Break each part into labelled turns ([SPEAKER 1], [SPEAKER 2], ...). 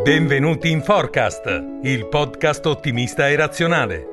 [SPEAKER 1] Benvenuti in Forecast, il podcast ottimista e razionale.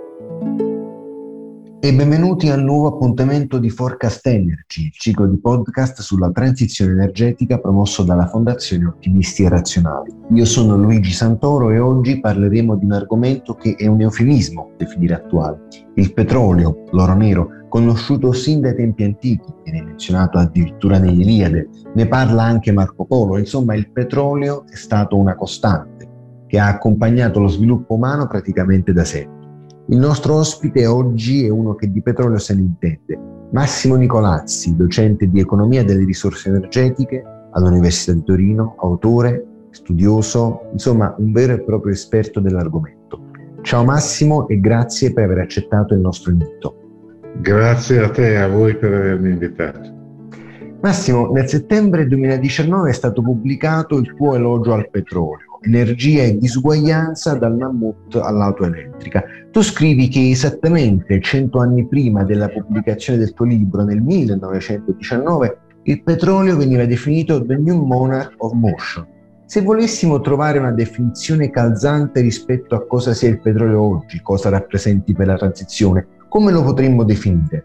[SPEAKER 2] E benvenuti al nuovo appuntamento di Forecast Energy, il ciclo di podcast sulla transizione energetica promosso dalla Fondazione Ottimisti e Razionali. Io sono Luigi Santoro e oggi parleremo di un argomento che è un eufemismo definire attuale: il petrolio, l'oro nero, conosciuto sin dai tempi antichi, viene menzionato addirittura nell'Iliade, ne parla anche Marco Polo. Insomma, il petrolio è stato una costante che ha accompagnato lo sviluppo umano praticamente da sempre. Il nostro ospite oggi è uno che di petrolio se ne intende, Massimo Nicolazzi, docente di economia delle risorse energetiche all'Università di Torino, autore, studioso, insomma un vero e proprio esperto dell'argomento. Ciao Massimo e grazie per aver accettato il nostro invito.
[SPEAKER 3] Grazie a te e a voi per avermi invitato.
[SPEAKER 2] Massimo, nel settembre 2019 è stato pubblicato il tuo elogio al petrolio, energia e disuguaglianza dal mammut all'auto elettrica. Tu scrivi che esattamente 100 anni prima della pubblicazione del tuo libro, nel 1919, il petrolio veniva definito the new monarch of motion. Se volessimo trovare una definizione calzante rispetto a cosa sia il petrolio oggi, cosa rappresenti per la transizione, come lo potremmo definire?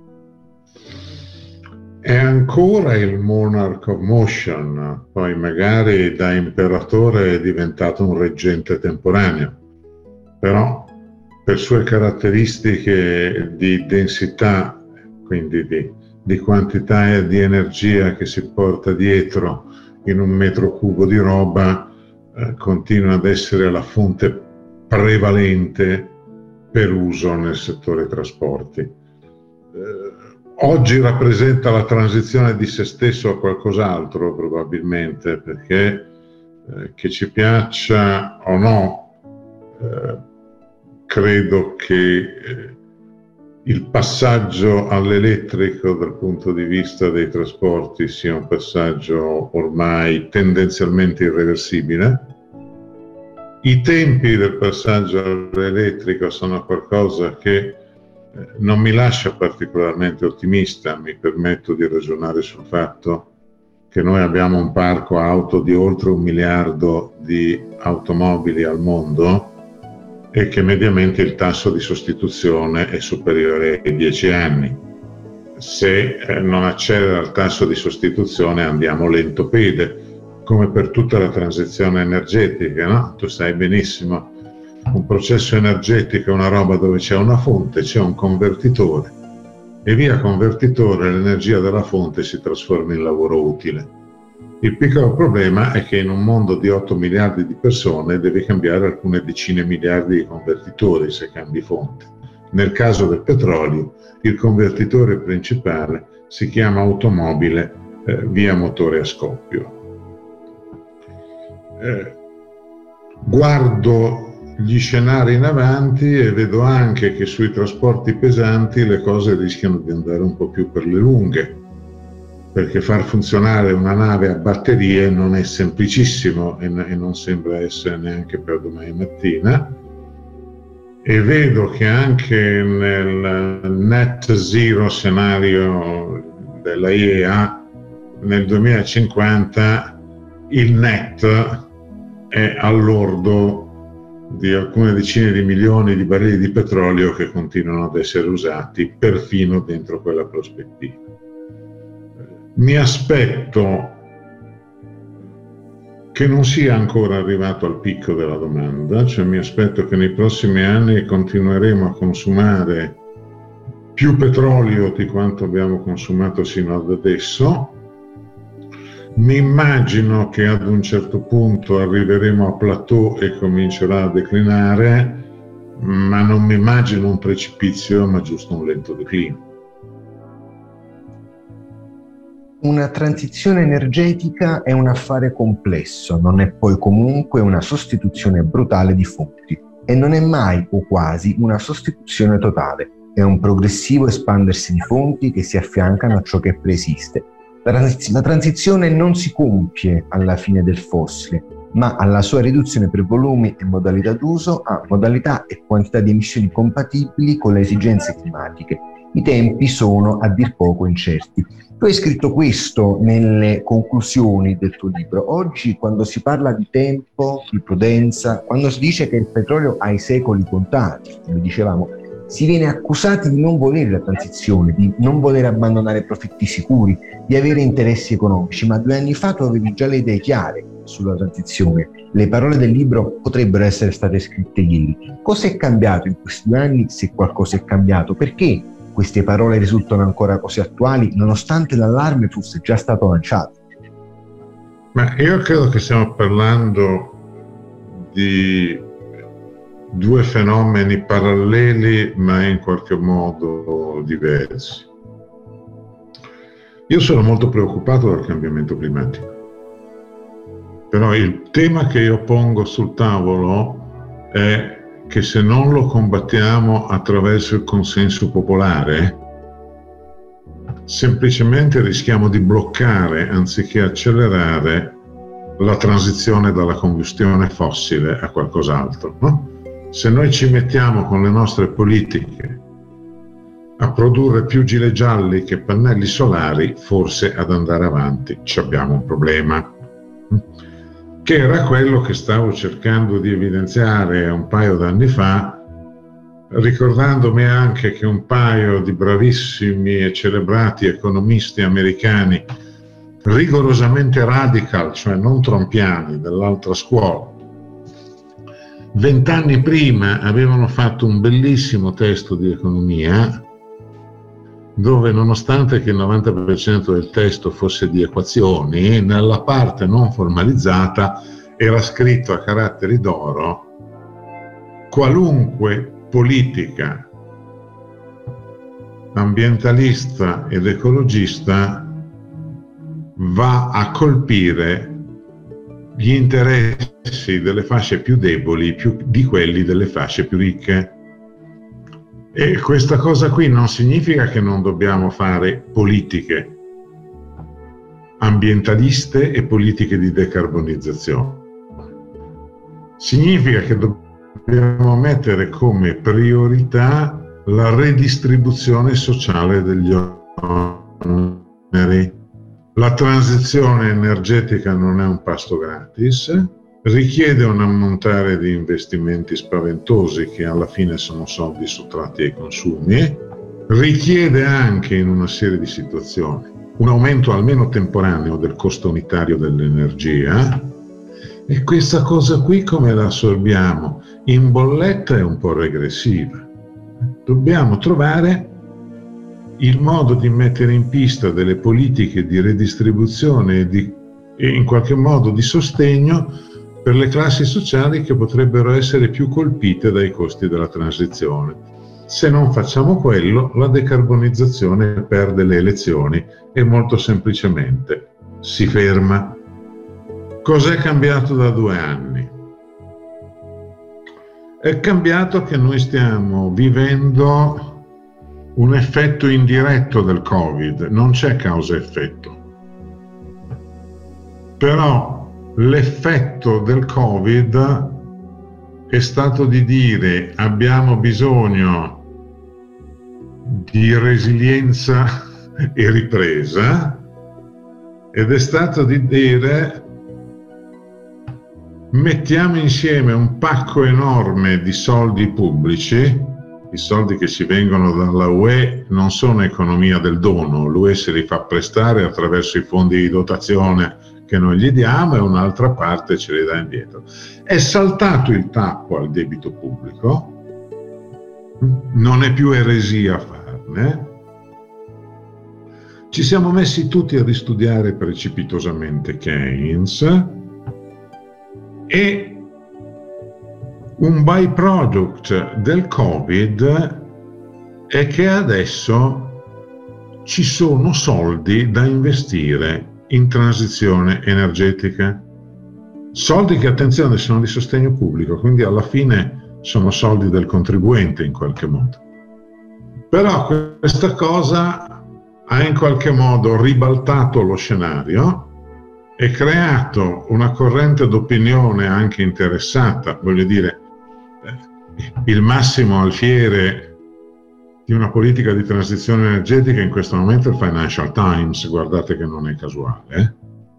[SPEAKER 3] È ancora il monarch of motion, poi magari da imperatore è diventato un reggente temporaneo, però per sue caratteristiche di densità, quindi di quantità di energia che si porta dietro in un metro cubo di roba, continua ad essere la fonte prevalente per uso nel settore trasporti. Oggi rappresenta la transizione di se stesso a qualcos'altro probabilmente, perché che ci piaccia o no, credo che il passaggio all'elettrico dal punto di vista dei trasporti sia un passaggio ormai tendenzialmente irreversibile. I tempi del passaggio all'elettrico sono qualcosa che non mi lascia particolarmente ottimista. Mi permetto di ragionare sul fatto che noi abbiamo un parco auto di oltre 1 miliardo di automobili al mondo e che mediamente il tasso di sostituzione è superiore ai 10 anni. Se non accelera il tasso di sostituzione andiamo lentopede, come per tutta la transizione energetica, no? Tu sai benissimo, un processo energetico è una roba dove c'è una fonte, c'è un convertitore e via convertitore l'energia della fonte si trasforma in lavoro utile. Il piccolo problema è che in un mondo di 8 miliardi di persone devi cambiare alcune decine miliardi di convertitori se cambi fonte. Nel caso del petrolio il convertitore principale si chiama automobile via motore a scoppio. Guardo gli scenari in avanti e vedo anche che sui trasporti pesanti le cose rischiano di andare un po' più per le lunghe, perché far funzionare una nave a batterie non è semplicissimo e non sembra essere neanche per domani mattina. E vedo che anche nel net zero scenario della IEA nel 2050 il net è all'ordo di alcune decine di milioni di barili di petrolio che continuano ad essere usati perfino dentro quella prospettiva. Mi aspetto che non sia ancora arrivato al picco della domanda, cioè mi aspetto che nei prossimi anni continueremo a consumare più petrolio di quanto abbiamo consumato sino ad adesso. Mi immagino che ad un certo punto arriveremo a plateau e comincerà a declinare, ma non mi immagino un precipizio, ma giusto un lento declino.
[SPEAKER 2] Una transizione energetica è un affare complesso, non è poi comunque una sostituzione brutale di fonti e non è mai o quasi una sostituzione totale, è un progressivo espandersi di fonti che si affiancano a ciò che preesiste. La transizione non si compie alla fine del fossile, ma alla sua riduzione per volumi e modalità d'uso a modalità e quantità di emissioni compatibili con le esigenze climatiche. I tempi sono a dir poco incerti. Tu hai scritto questo nelle conclusioni del tuo libro. Oggi, quando si parla di tempo, di prudenza, quando si dice che il petrolio ha i secoli contati, come dicevamo, si viene accusati di non volere la transizione, di non voler abbandonare profitti sicuri, di avere interessi economici, ma 2 anni fa tu avevi già le idee chiare sulla transizione. Le parole del libro potrebbero essere state scritte ieri. Cosa è cambiato in questi 2 anni, se qualcosa è cambiato? Perché queste parole risultano ancora così attuali, nonostante l'allarme fosse già stato lanciato?
[SPEAKER 3] Ma io credo che stiamo parlando di 2 fenomeni paralleli, ma in qualche modo diversi. Io sono molto preoccupato dal cambiamento climatico, però il tema che io pongo sul tavolo è che se non lo combattiamo attraverso il consenso popolare, semplicemente rischiamo di bloccare, anziché accelerare, la transizione dalla combustione fossile a qualcos'altro, no? Se noi ci mettiamo con le nostre politiche a produrre più gilet gialli che pannelli solari, forse ad andare avanti ci abbiamo un problema, che era quello che stavo cercando di evidenziare un paio d'anni fa, ricordandomi anche che un paio di bravissimi e celebrati economisti americani rigorosamente radical, cioè non trumpiani, dell'altra scuola, 20 anni prima avevano fatto un bellissimo testo di economia dove, nonostante che il 90% del testo fosse di equazioni, nella parte non formalizzata era scritto a caratteri d'oro: qualunque politica ambientalista ed ecologista va a colpire gli interessi delle fasce più deboli più di quelli delle fasce più ricche. E questa cosa qui non significa che non dobbiamo fare politiche ambientaliste e politiche di decarbonizzazione. Significa che dobbiamo mettere come priorità la redistribuzione sociale degli oneri. La transizione energetica non è un pasto gratis, richiede un ammontare di investimenti spaventosi che alla fine sono soldi sottratti ai consumi, richiede anche, in una serie di situazioni, un aumento almeno temporaneo del costo unitario dell'energia. E questa cosa qui come la assorbiamo? In bolletta è un po' regressiva. Dobbiamo trovare il modo di mettere in pista delle politiche di redistribuzione e in qualche modo di sostegno per le classi sociali che potrebbero essere più colpite dai costi della transizione. Se non facciamo quello, la decarbonizzazione perde le elezioni e molto semplicemente si ferma. Cos'è cambiato da 2 anni? È cambiato che noi stiamo vivendo un effetto indiretto del Covid, non c'è causa-effetto. Però l'effetto del Covid è stato di dire: abbiamo bisogno di resilienza e ripresa, ed è stato di dire: mettiamo insieme un pacco enorme di soldi pubblici. I soldi che ci vengono dalla UE non sono economia del dono, l'UE se li fa prestare attraverso i fondi di dotazione che noi gli diamo e un'altra parte ce li dà indietro. È saltato il tappo al debito pubblico, non è più eresia farne. Ci siamo messi tutti a ristudiare precipitosamente Keynes e un byproduct del Covid è che adesso ci sono soldi da investire in transizione energetica. Soldi che, attenzione, sono di sostegno pubblico, quindi alla fine sono soldi del contribuente in qualche modo. Però questa cosa ha in qualche modo ribaltato lo scenario e creato una corrente d'opinione anche interessata, voglio dire, il Massimo Alfiere di una politica di transizione energetica in questo momento è il Financial Times, guardate che non è casuale.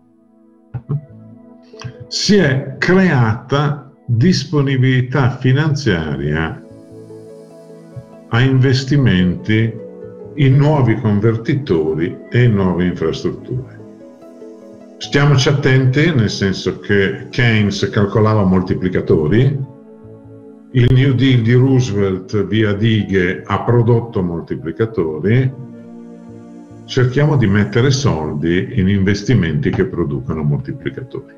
[SPEAKER 3] Si è creata disponibilità finanziaria a investimenti in nuovi convertitori e in nuove infrastrutture. Stiamoci attenti, nel senso che Keynes calcolava moltiplicatori, il New Deal di Roosevelt via dighe ha prodotto moltiplicatori, cerchiamo di mettere soldi in investimenti che producono moltiplicatori.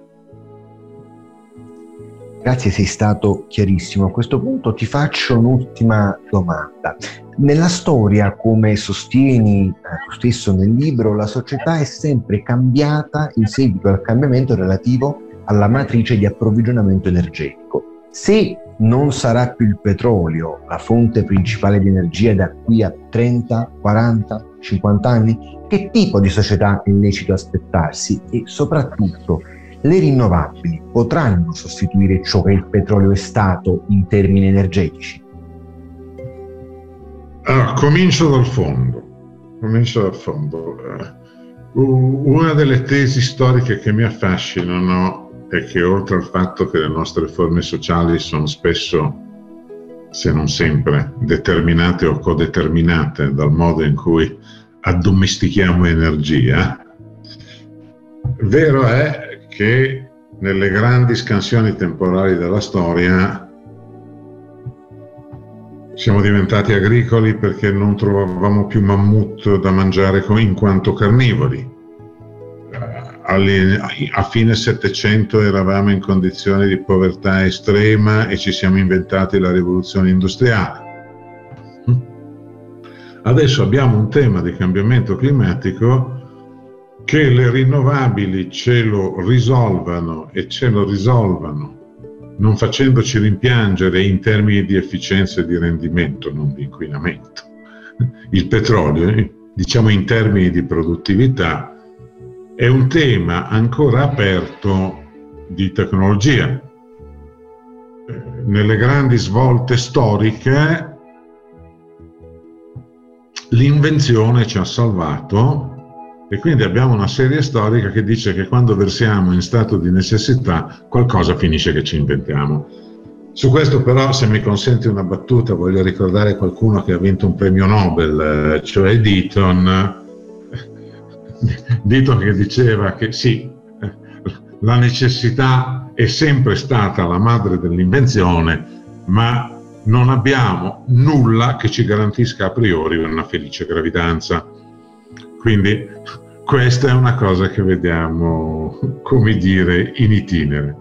[SPEAKER 2] Grazie, sei stato chiarissimo. A questo punto ti faccio un'ultima domanda. Nella storia, come sostieni tu stesso nel libro, la società è sempre cambiata in seguito al cambiamento relativo alla matrice di approvvigionamento energetico. Se non sarà più il petrolio la fonte principale di energia da qui a 30, 40, 50 anni, che tipo di società è lecito aspettarsi? E soprattutto, le rinnovabili potranno sostituire ciò che il petrolio è stato in termini energetici?
[SPEAKER 3] Allora, comincio dal fondo. Una delle tesi storiche che mi affascinano è che, oltre al fatto che le nostre forme sociali sono spesso, se non sempre, determinate o codeterminate dal modo in cui addomestichiamo energia, vero è che nelle grandi scansioni temporali della storia siamo diventati agricoli perché non trovavamo più mammut da mangiare in quanto carnivori. A fine Settecento eravamo in condizioni di povertà estrema e ci siamo inventati la rivoluzione industriale. Adesso abbiamo un tema di cambiamento climatico che le rinnovabili ce lo risolvano non facendoci rimpiangere in termini di efficienza e di rendimento, non di inquinamento. Il petrolio, diciamo in termini di produttività, è un tema ancora aperto di tecnologia. Nelle grandi svolte storiche l'invenzione ci ha salvato, e quindi abbiamo una serie storica che dice che quando versiamo in stato di necessità qualcosa finisce che ci inventiamo. Su questo però, se mi consenti una battuta, voglio ricordare qualcuno che ha vinto un premio Nobel, cioè Deaton che diceva che sì, la necessità è sempre stata la madre dell'invenzione, ma non abbiamo nulla che ci garantisca a priori una felice gravidanza. Quindi questa è una cosa che vediamo, come dire, in itinere.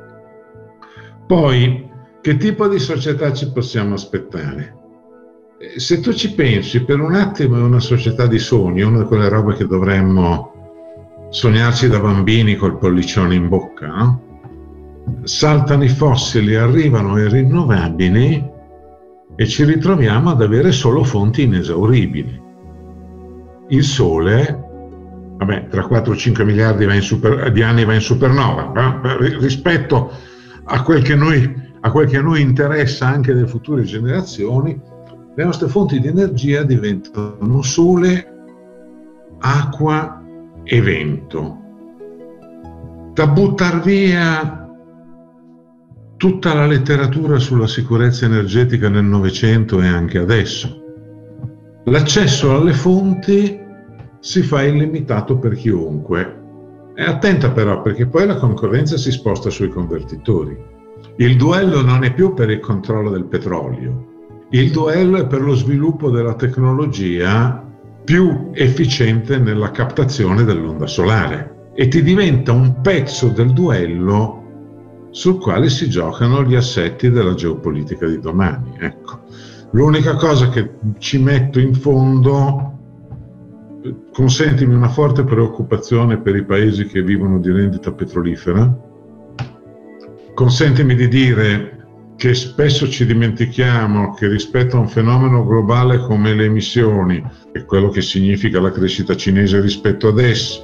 [SPEAKER 3] Poi, che tipo di società ci possiamo aspettare? Se tu ci pensi, per un attimo è una società di sogni, una di quelle robe che dovremmo sognarci da bambini col pollicione in bocca, no? Saltano i fossili, arrivano i rinnovabili e ci ritroviamo ad avere solo fonti inesauribili. Il Sole, vabbè, tra 4 o 5 miliardi di anni va in supernova, rispetto a quel che a noi interessa anche delle future generazioni, le nostre fonti di energia diventano sole, acqua e vento. Da buttar via tutta la letteratura sulla sicurezza energetica nel Novecento e anche adesso. L'accesso alle fonti si fa illimitato per chiunque. E attenta però, perché poi la concorrenza si sposta sui convertitori. Il duello non è più per il controllo del petrolio, il duello è per lo sviluppo della tecnologia più efficiente nella captazione dell'onda solare, e ti diventa un pezzo del duello sul quale si giocano gli assetti della geopolitica di domani. Ecco. L'unica cosa che ci metto in fondo, consentimi una forte preoccupazione per i paesi che vivono di rendita petrolifera, consentimi di dire che spesso ci dimentichiamo che rispetto a un fenomeno globale come le emissioni, e quello che significa la crescita cinese rispetto ad esse,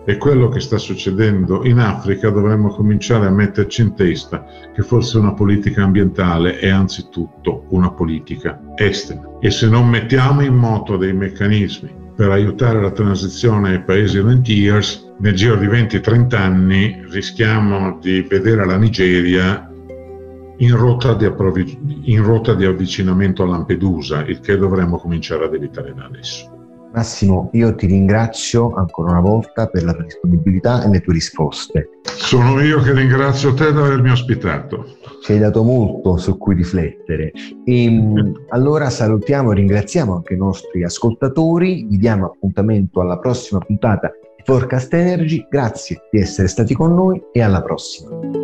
[SPEAKER 3] e quello che sta succedendo in Africa dovremmo cominciare a metterci in testa che forse una politica ambientale è anzitutto una politica estera. E se non mettiamo in moto dei meccanismi per aiutare la transizione ai paesi rentiers, nel giro di 20-30 anni rischiamo di vedere la Nigeria in rotta di avvicinamento a Lampedusa, il che dovremmo cominciare ad evitare da adesso.
[SPEAKER 2] Massimo, io ti ringrazio ancora una volta per la tua disponibilità e le tue risposte.
[SPEAKER 3] Sono io che ringrazio te di avermi ospitato.
[SPEAKER 2] Ci hai dato molto su cui riflettere. Allora salutiamo e ringraziamo anche i nostri ascoltatori. Vi diamo appuntamento alla prossima puntata di Forecast Energy. Grazie di essere stati con noi e alla prossima.